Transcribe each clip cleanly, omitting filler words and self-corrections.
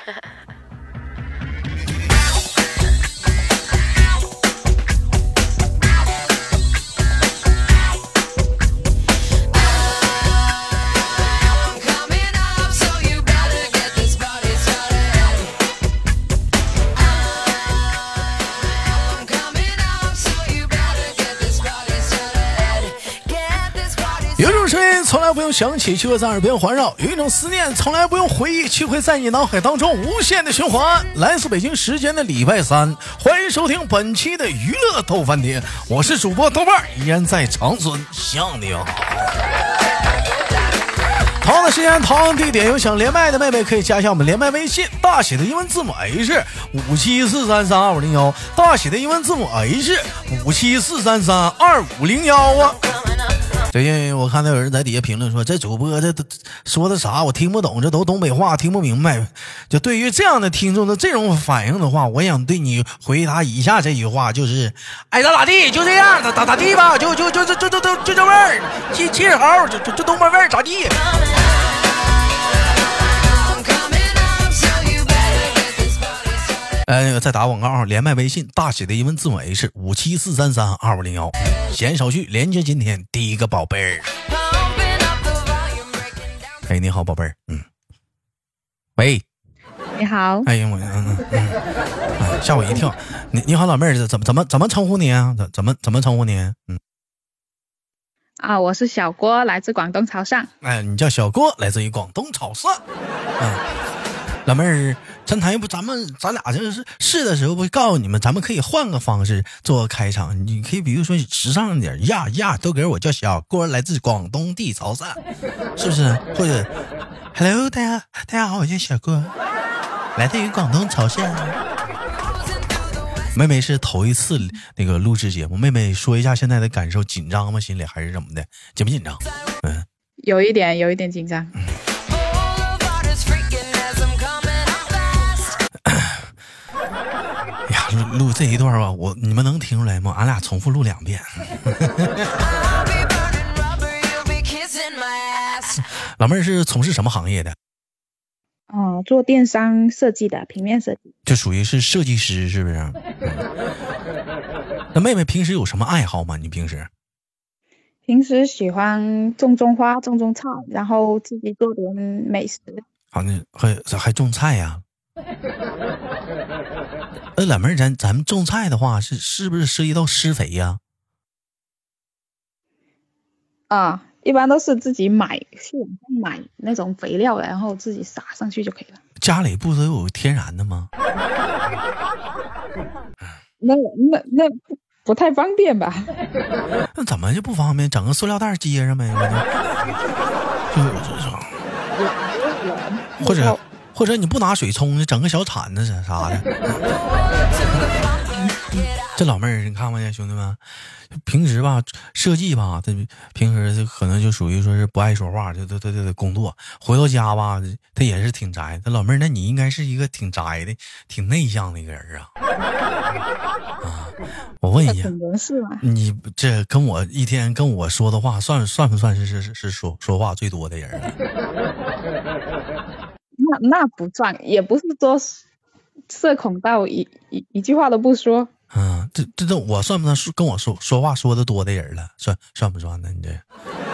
有一种声音从来不用想起，却会在耳边环绕；有一种思念从来不用回忆，却会在你脑海当中无限的循环。来自北京时间的礼拜三，欢迎收听本期的娱乐逗翻天，我是主播豆瓣，依然在长春向你好。同样的时间，同样的地点，有想连麦的妹妹可以加一下我们连麦微信，大写的英文字母 H57433250，大写的英文字母 H57433250啊。最近我看到有人在底下评论说，这主播这说的啥我听不懂，这都东北话听不明白。就对于这样的听众的这种反应的话，我想对你回答以下这句话，就是爱咋咋地，就这样，咋地吧，就这味儿，气好，这东北味儿咋地。那个再打广告，连麦微信大写的英文字母 H574332501，闲手续连接今天第一个宝贝儿。哎，你好，宝贝儿，喂， 你好， 哎呀我，吓我一跳。你好，老妹儿，怎么称呼你啊？怎么称呼你？ 我是小郭，来自广东潮汕。 哎，你叫小郭，来自于广东潮汕。老妹儿，咱俩就是试的时候不告诉你们，咱们可以换个方式做开场，你可以比如说时尚一点，呀都给我叫小郭，来自广东地潮汕，是不是？或者 Hello 大家好，我叫小郭，来自于广东潮汕。妹妹是头一次那个录制节目，妹妹说一下现在的感受，紧张吗？心里还是怎么的？紧不紧张？ 有一点紧张。 录这一段吧，你们能听出来吗？俺俩重复录2遍。老妹儿是从事什么行业的？ 做电商设计的，平面设计。 就属于是设计师，是不是？那妹妹平时有什么爱好吗？你平时喜欢种花、种菜，然后自己做点美食。 好，那还种菜呀？老妹儿，咱们种菜的话，是不是涉及到施肥呀？ 一般都是自己买那种肥料，然后自己撒上去就可以了。 家里不都有天然的吗？ 那不太方便吧？ 那怎么就不方便？整个塑料袋接上呗，或者你不拿水冲，整个小铲子啥的。这老妹儿，你看没兄弟们，平时吧设计吧，他平时就可能就属于说是不爱说话，就得工作。回到家吧，他也是挺宅。这老妹儿，那你应该是一个挺宅的、挺内向的一个人啊。我问一下，你这跟我一天跟我说的话，算不算是说话最多的人了？ 那不算，也不是说社恐到一句话都不说。 这我算不算跟我说话说的多的人了？算不算呢？你这？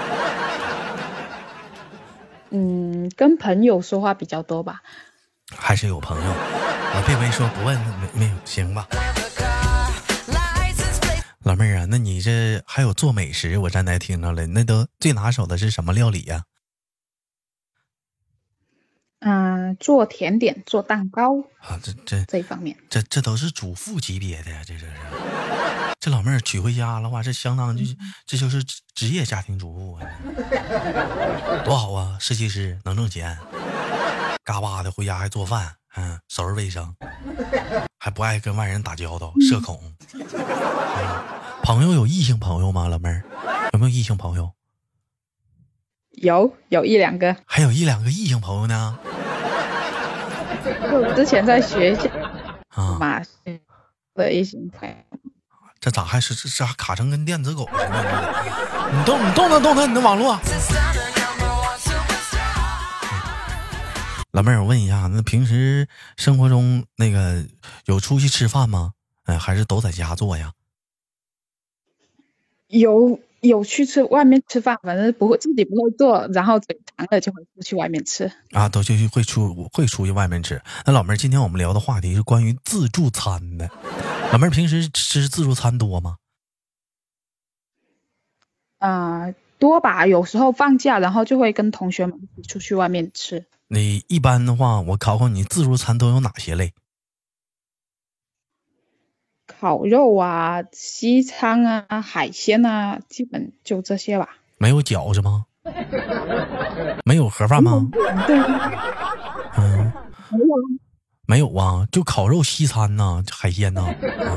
跟朋友说话比较多吧。 还是有朋友？我并没说不问，没有，行吧。老妹儿啊，那你这还有做美食，我刚才听着了，那都最拿手的是什么料理呀？ 做甜点，做蛋糕啊， 这一方面， 这都是主妇级别的呀，这老妹儿娶回家的话，这相当这就是职业家庭主妇啊，多好啊！设计师能挣钱，嘎巴的回家还做饭，收拾卫生，还不爱跟外人打交道，社恐。朋友有异性朋友吗？老妹儿有没有异性朋友？ 有1-2个， 还有1-2个异性朋友呢。 就之前在学校嘛的异性朋友。 这咋还是这还卡成跟电子狗似的？你动弹你的网络。 老妹儿，我问一下，那平时生活中那个有出去吃饭吗？还是都在家做呀？ 有去外面吃饭，反正自己不会做，然后嘴馋了就会出去外面吃。 啊，都就是会出去外面吃。那老妹儿，今天我们聊的话题是关于自助餐的。老妹儿平时吃自助餐多吗？ 多吧，有时候放假，然后就会跟同学们一起出去外面吃。 你一般的话，我考考你，自助餐都有哪些类？ 烤肉啊，西餐啊，海鲜啊，基本就这些吧。 没有饺子吗？没有盒饭吗？ 对， 没有啊，就烤肉、西餐呐、海鲜呐、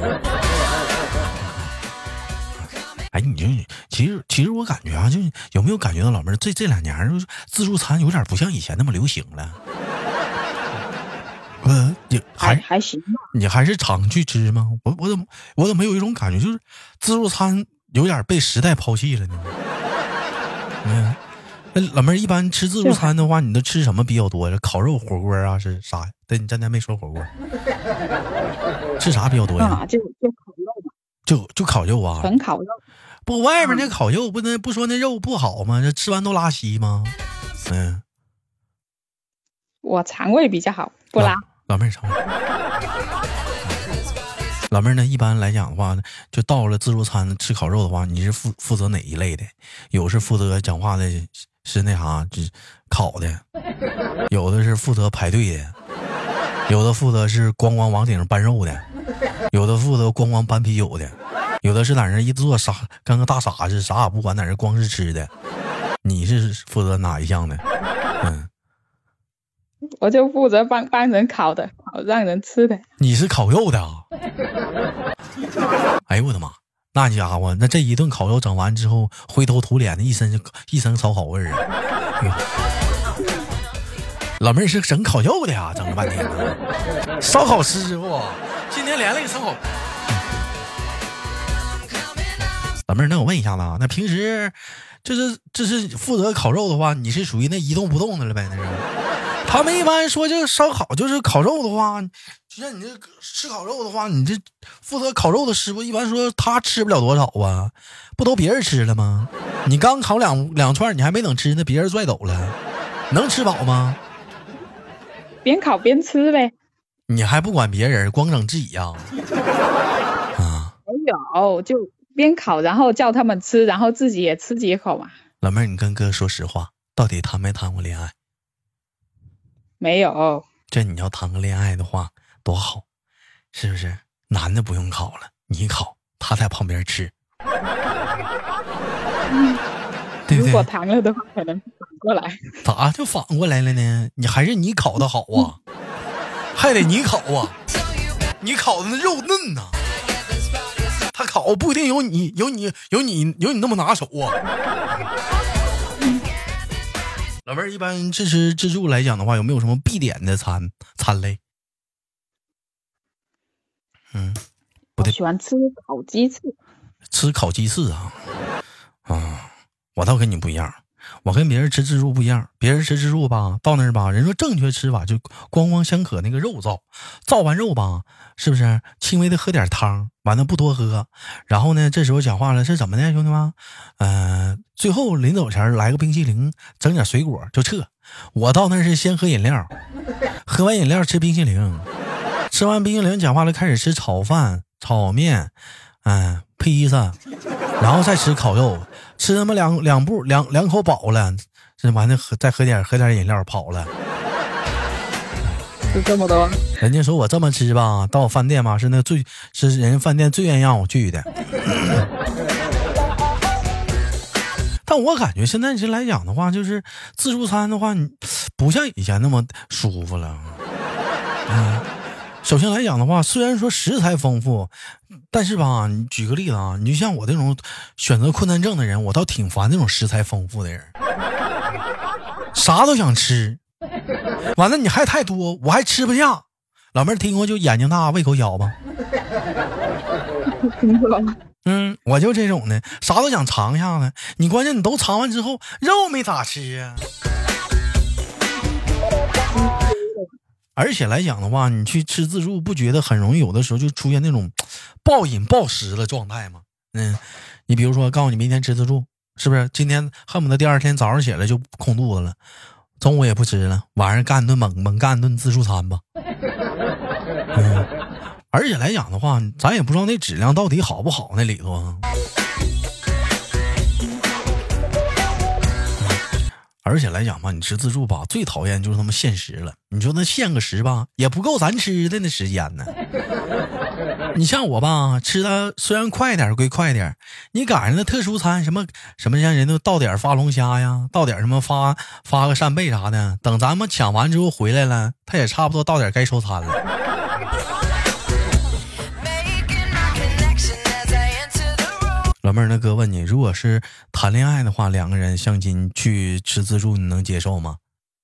哎，你就其实我感觉啊，就是有没有感觉到老妹儿这2年就是自助餐有点不像以前那么流行了？你还行吧。 你还是常去吃吗？我怎么有一种感觉，就是自助餐有点被时代抛弃了呢？那老妹儿一般吃自助餐的话，你都吃什么比较多呀？烤肉、火锅啊，是啥？对，你刚才没说火锅，吃啥比较多呀？ 就烤肉吧。 就烤肉啊， 纯烤肉。 不，外面那烤肉不说那肉不好吗？这吃完都拉稀吗？ 我肠胃比较好，不拉。 老妹儿肠胃。老妹儿呢，一般来讲的话，就到了自助餐吃烤肉的话，你是负责哪一类的？有是负责讲话的，是那啥，就是烤的；有的是负责排队的；有的负责是咣咣往顶上搬肉的；有的负责咣咣搬啤酒的；有的是在那一坐跟个大傻子，啥也不管，在那光是吃的。你是负责哪一项的？ 我就负责帮人烤的，让人吃的。 你是烤肉的啊？哎呦我的妈！那家伙，那这一顿烤肉整完之后，灰头土脸的一身烧烤味儿啊！老妹儿是整烤肉的呀，整了半天呢。烧烤师傅，今天连了一个烧烤。老妹儿，那我问一下子啊，那平时这是负责烤肉的话，你是属于那一动不动的了呗？那是。他们一般说这个烧烤就是烤肉的话，就像你这吃烤肉的话，你这负责烤肉的师傅一般说他吃不了多少啊，不都别人吃了吗？你刚烤两串，你还没等吃呢，别人拽走了，能吃饱吗？ 边烤边吃呗。 你还不管别人，光整自己呀？ 没有，就边烤，然后叫他们吃，然后自己也吃几口嘛。 老妹儿，你跟哥说实话，到底谈没谈过恋爱？ 没有。 这你要谈个恋爱的话多好，是不是？男的不用烤了，你烤，他在旁边吃。对不对？ 如果谈了的话，可能反过来。 咋就反过来了呢？还是你烤的好啊？还得你烤啊？你烤的那肉嫩呐、他烤不一定有你那么拿手啊。老妹儿，一般吃自助来讲的话，有没有什么必点的餐类？不对， 我喜欢吃烤鸡翅。 吃烤鸡翅啊？我倒跟你不一样，我跟别人吃自助不一样。别人吃自助吧，到那儿吧，人说正确吃法就光先可那个肉造完肉吧，是不是轻微的喝点汤，完了不多喝，然后呢这时候讲话了，是怎么的兄弟们？最后临走前来个冰淇淋，整点水果就撤。我到那是先喝饮料，喝完饮料吃冰淇淋，吃完冰淇淋讲话了开始吃炒饭、炒面，披萨，然后再吃烤肉，吃他妈两口饱了，这完了再喝点饮料跑了。 就这么多。 人家说我这么吃吧，到我饭店嘛是人家饭店最愿意让我去的。但我感觉现在来讲的话，就是自助餐的话，你不像以前那么舒服了。首先来讲的话，虽然说食材丰富，但是吧，你举个例子啊，你就像我这种选择困难症的人，我倒挺烦那种食材丰富的人，啥都想吃，完了你还太多，我还吃不下。老妹儿听过就眼睛大胃口小吗？ 听过。 我就这种的，啥都想尝一下子。你关键你都尝完之后，肉没咋吃啊。 而且来讲的话，你去吃自助，不觉得很容易有的时候就出现那种暴饮暴食的状态吗？你比如说，告诉你明天吃自助，是不是？今天恨不得第二天早上起来就空肚子了，中午也不吃了，晚上干顿猛干顿自助餐吧。而且来讲的话，咱也不知道那质量到底好不好，那里头啊。而且来讲吧，你吃自助吧，最讨厌就是他妈限时了。你说那限个时吧，也不够咱吃的那时间呢。你像我吧，吃的虽然快点归快点，你赶上那特殊餐什么像人都到点发龙虾呀，到点什么发个扇贝啥的，等咱们抢完之后回来了，他也差不多到点该收餐了。老妹儿，那哥问你，如果是谈恋爱的话，两个人相亲去吃自助，你能接受吗？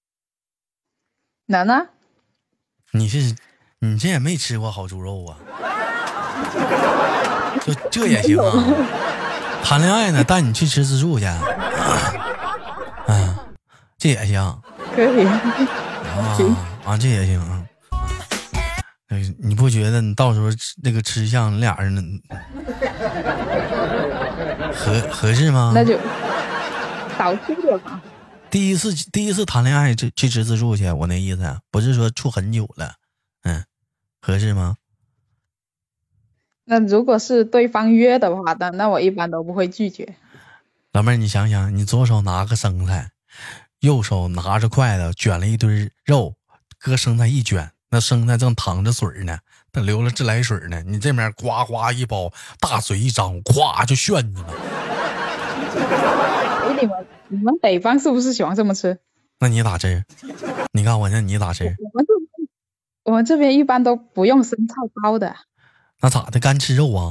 能啊。 你这也没吃过好猪肉啊？这也行啊？谈恋爱呢，带你去吃自助去，这也行。 可以。 这也行啊。你不觉得你到时候那个吃相，你俩人合适吗？ 那就少吃点吧。 第一次谈恋爱去吃自助去，我那意思不是说处很久了，合适吗？ 那如果是对方约的话，那我一般都不会拒绝。 老妹儿，你想想，你左手拿个生菜，右手拿着筷子卷了一堆肉，搁生菜一卷，那生菜正淌着水呢，它流了自来水呢，你这边呱呱一包，大嘴一张，咵就炫你了。 你们北方是不是喜欢这么吃？ 那你咋吃？你看我，那你咋吃？ 我们这边一般都不用生菜包的。 那咋的？干吃肉啊？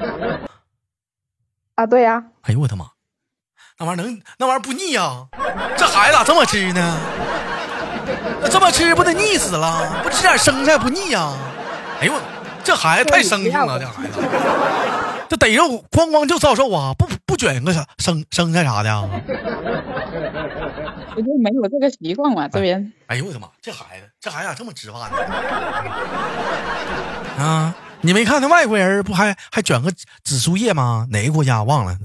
对呀。 哎呦我的妈！那玩意儿不腻啊？这孩子咋这么吃呢？那这么吃不得腻死了？不吃点生菜不腻啊？哎呦，这孩子太生性了，这孩子。这逮肉咣就照肉啊，不卷个生菜啥的啊？ 我就没有这个习惯嘛，这边。 哎呦我的妈，这孩子咋这么直饭呢？啊，你没看那外国人不还卷个紫苏叶吗？哪个国家忘了？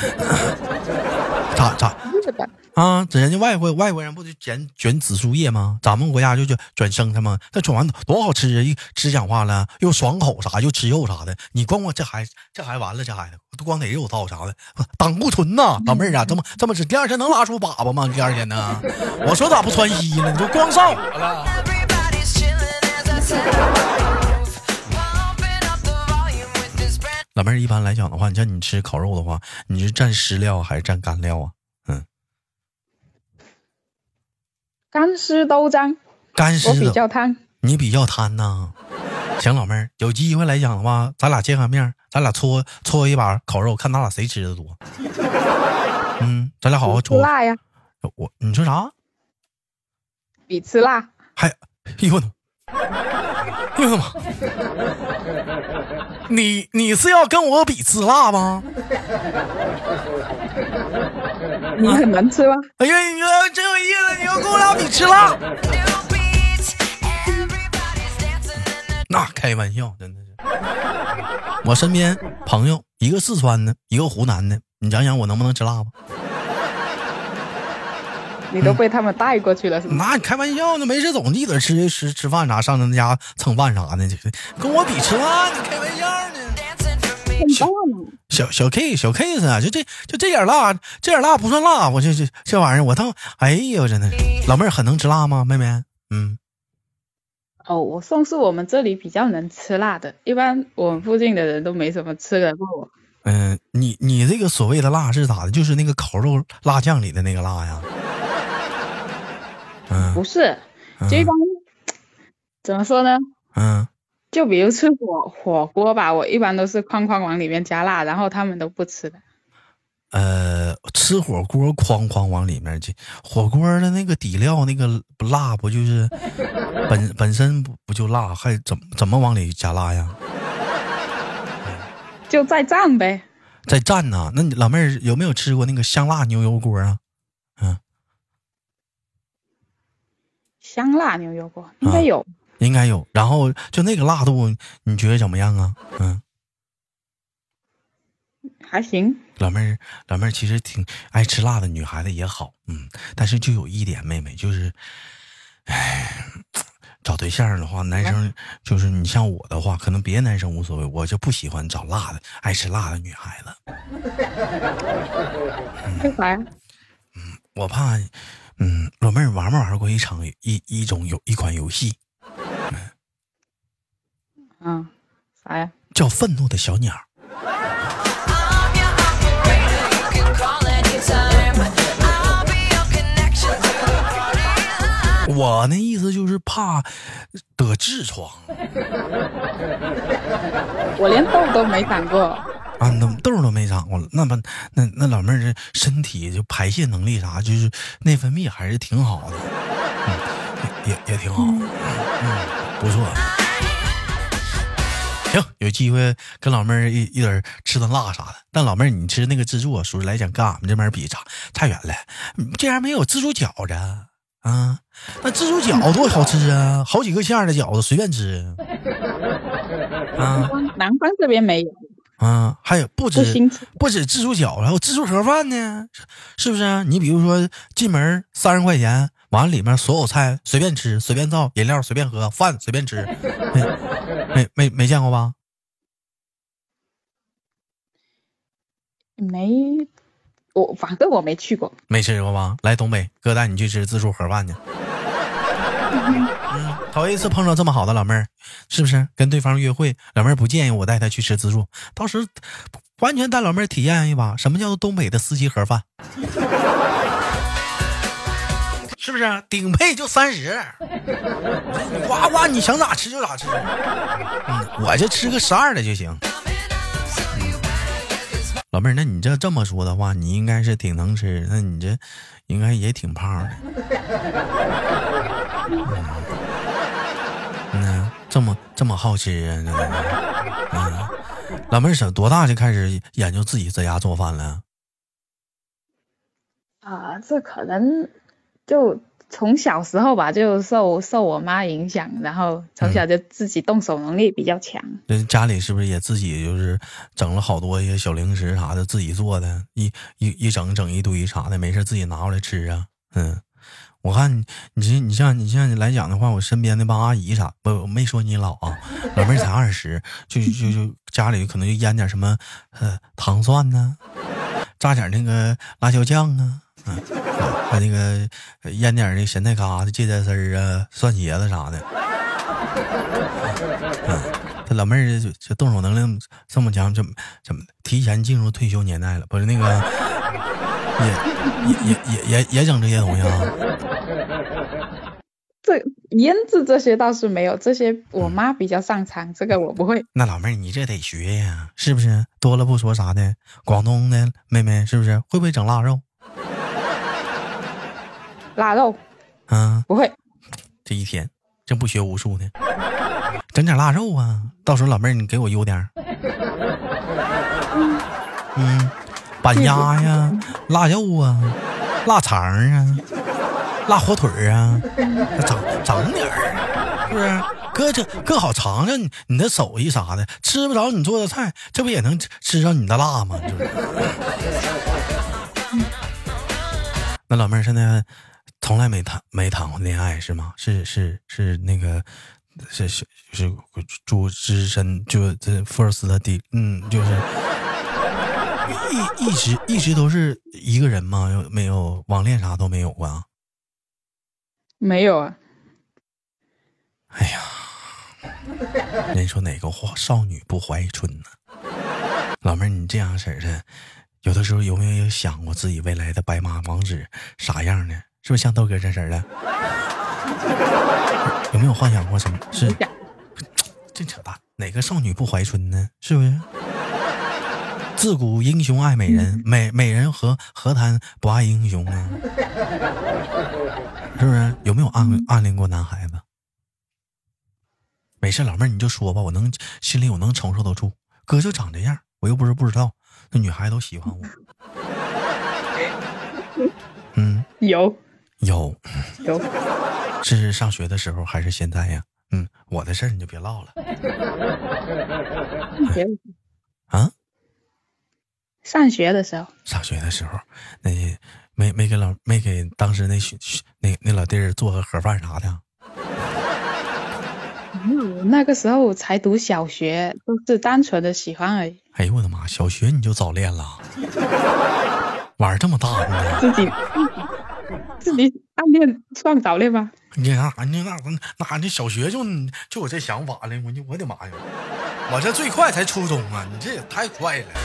咋？人家外国人不就卷紫苏叶吗？咱们国家就卷生菜吗？那卷完多好吃啊！一吃讲话了，又爽口啥，又吃肉啥的。你光这孩子完了，这孩子都光得肉套啥的，胆固醇呐，老妹儿啊，这么吃，第二天能拉出粑粑吗？第二天呢？我说咋不穿衣呢？你就光上火了。老妹儿，一般来讲的话，你像你吃烤肉的话，你是蘸湿料还是蘸干料啊？ 干湿都沾。 干湿的。 我比较贪。 你比较贪呐？行，老妹儿，有机会来讲的话，咱俩见个面，咱俩搓一把烤肉，看咱俩谁吃的多。咱俩好好搓。 辣呀。 你说啥？ 比吃辣。 还呦我妈！你是要跟我比吃辣吗？ 你很能吃吗？ 哎呀，你真有意思！你要跟我俩比吃辣？那开玩笑，真的是。我身边朋友一个四川的，一个湖南的，你想想我能不能吃辣吧？ 你都被他们带过去了是吗？ 那你开玩笑呢？没事总记得吃饭啥，上他们家蹭饭啥的，跟我比吃辣，你开玩笑呢？小 case 啊，就这点辣，不算辣，我这玩意儿我哎呀，真的是老妹儿很能吃辣吗？妹妹， 我算是我们这里比较能吃辣的，一般我们附近的人都没什么吃得过我。 你这个所谓的辣是咋的？就是那个烤肉辣酱里的那个辣呀？ 不是，就一般怎么说呢？就比如吃火锅吧，我一般都是哐往里面加辣，然后他们都不吃的。 吃火锅哐往里面去，火锅的那个底料那个辣不就是本身不就辣，还怎么往里加辣呀？ 就再蘸呗。 再蘸呢？那你老妹儿有没有吃过那个香辣牛油锅啊？ 香辣牛油果应该有， 应该有。然后就那个辣度，你觉得怎么样啊？ 还行。 老妹儿其实挺爱吃辣的，女孩子也好，但是就有一点，妹妹就是，找对象的话，男生就是你像我的话，可能别的男生无所谓，我就不喜欢找辣的、爱吃辣的女孩子。 为啥呀？ 我怕，老妹儿玩没玩过一款游戏？ 啥呀？ 叫愤怒的小鸟。我那意思就是怕得痔疮。 我连痘都没长过啊，那痘都没长过了，那老妹儿这身体就排泄能力啥，就是内分泌还是挺好的，也挺好，不错。行，有机会跟老妹儿一点吃顿辣啥的。但老妹儿，你吃那个自助，属实来讲跟俺们这边比差远了，竟然没有自助饺子啊！那自助饺子多好吃啊，好几个馅的饺子随便吃啊。 南方这边没有还有不止自助饺子，还有自助盒饭呢，是不是？你比如说进门30块钱，完了里面所有菜随便吃随便造，饮料随便喝，饭随便吃，没见过吧？ 没，反正我没去过， 没吃过吧？来东北，哥带你去吃自助盒饭去。头一次碰到这么好的老妹儿，是不是？跟对方约会，老妹儿不建议我带她去吃自助，到时完全带老妹儿体验一把什么叫做东北的司机盒饭，是不是？顶配就30，呱呱，你想咋吃就咋吃。我就吃个12的就行。老妹儿，那你这么说的话，你应该是挺能吃，那你这应该也挺胖的。这么好吃啊！老妹儿多大就开始研究自己在家做饭了？ 这可能就从小时候吧，就受我妈影响，然后从小就自己动手能力比较强。 家里是不是也自己就是整了好多一些小零食啥的，自己做的，一整一堆啥的，没事自己拿过来吃啊？我看你像你来讲的话，我身边的帮阿姨啥，我没说你老啊，老妹儿才20，就家里可能就腌点什么糖蒜呢，炸点那个辣椒酱啊，还那个腌点那咸菜疙瘩、芥菜丝儿啊、蒜茄子啥的。他老妹儿就动手能力这么强，怎么提前进入退休年代了？不是那个也整这些东西啊？ 这腌制这些倒是没有，这些我妈比较擅长，这个我不会。 那老妹儿你这得学呀，是不是？多了不说啥的，广东的妹妹是不是会不会整腊肉？ 腊肉不会。 这一天真不学无术呢，整点腊肉啊！到时候老妹儿你给我邮点板鸭呀、腊肉啊、腊肠啊、腊火腿啊，整点儿，是不是？哥好尝尝你的手艺啥的，吃不着你做的菜，这不也能吃上你的辣吗？就是。那老妹儿现在从来没谈过恋爱是吗？是那个是主之身就这 first 的就是一直都是一个人吗？没有网恋啥都没有啊？ 没有啊。 哎呀，人说哪个少女不怀春呢？老妹儿，你这样式的，有的时候有没有想过自己未来的白马王子啥样呢？是不是像豆哥这事儿的？有没有幻想过什么？是真扯淡，哪个少女不怀春呢？是不是？自古英雄爱美人，美人何谈不爱英雄呢？是不是？有没有暗恋过男孩子？没事，老妹儿你就说吧，心里我能承受得住。哥就长这样，我又不知道，那女孩都喜欢我。 有， 是上学的时候还是现在呀？我的事儿你就别唠了。啊？ 上学的时候。 上学的时候，那没给当时那老弟儿做个盒饭啥的。 那个时候才读小学，都是单纯的喜欢而已。 哎呦我的妈！小学你就早恋了，玩这么大呢？ 自己暗恋算早恋吗？ 那小学就有这想法了？我的妈呀！我这最快才初中啊！你这也太快了。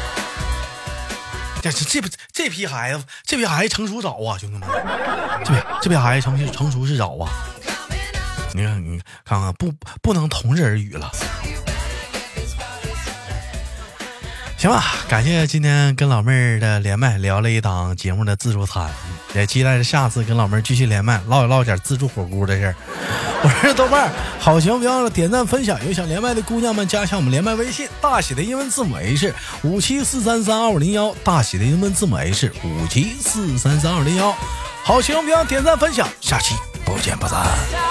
这批孩子成熟早啊，兄弟们！这批孩子成熟是早啊。你看看，不能同日而语了。行吧，感谢今天跟老妹儿的连麦，聊了一档节目的自助餐，也期待着下次跟老妹儿继续连麦，唠一唠点自助火锅的事儿。我是豆瓣，好节目别忘了点赞分享，有想连麦的姑娘们加上我们连麦微信，大写的英文字母 H57433251，大写的英文字母 H57433251。好节目别忘了点赞分享，下期不见不散。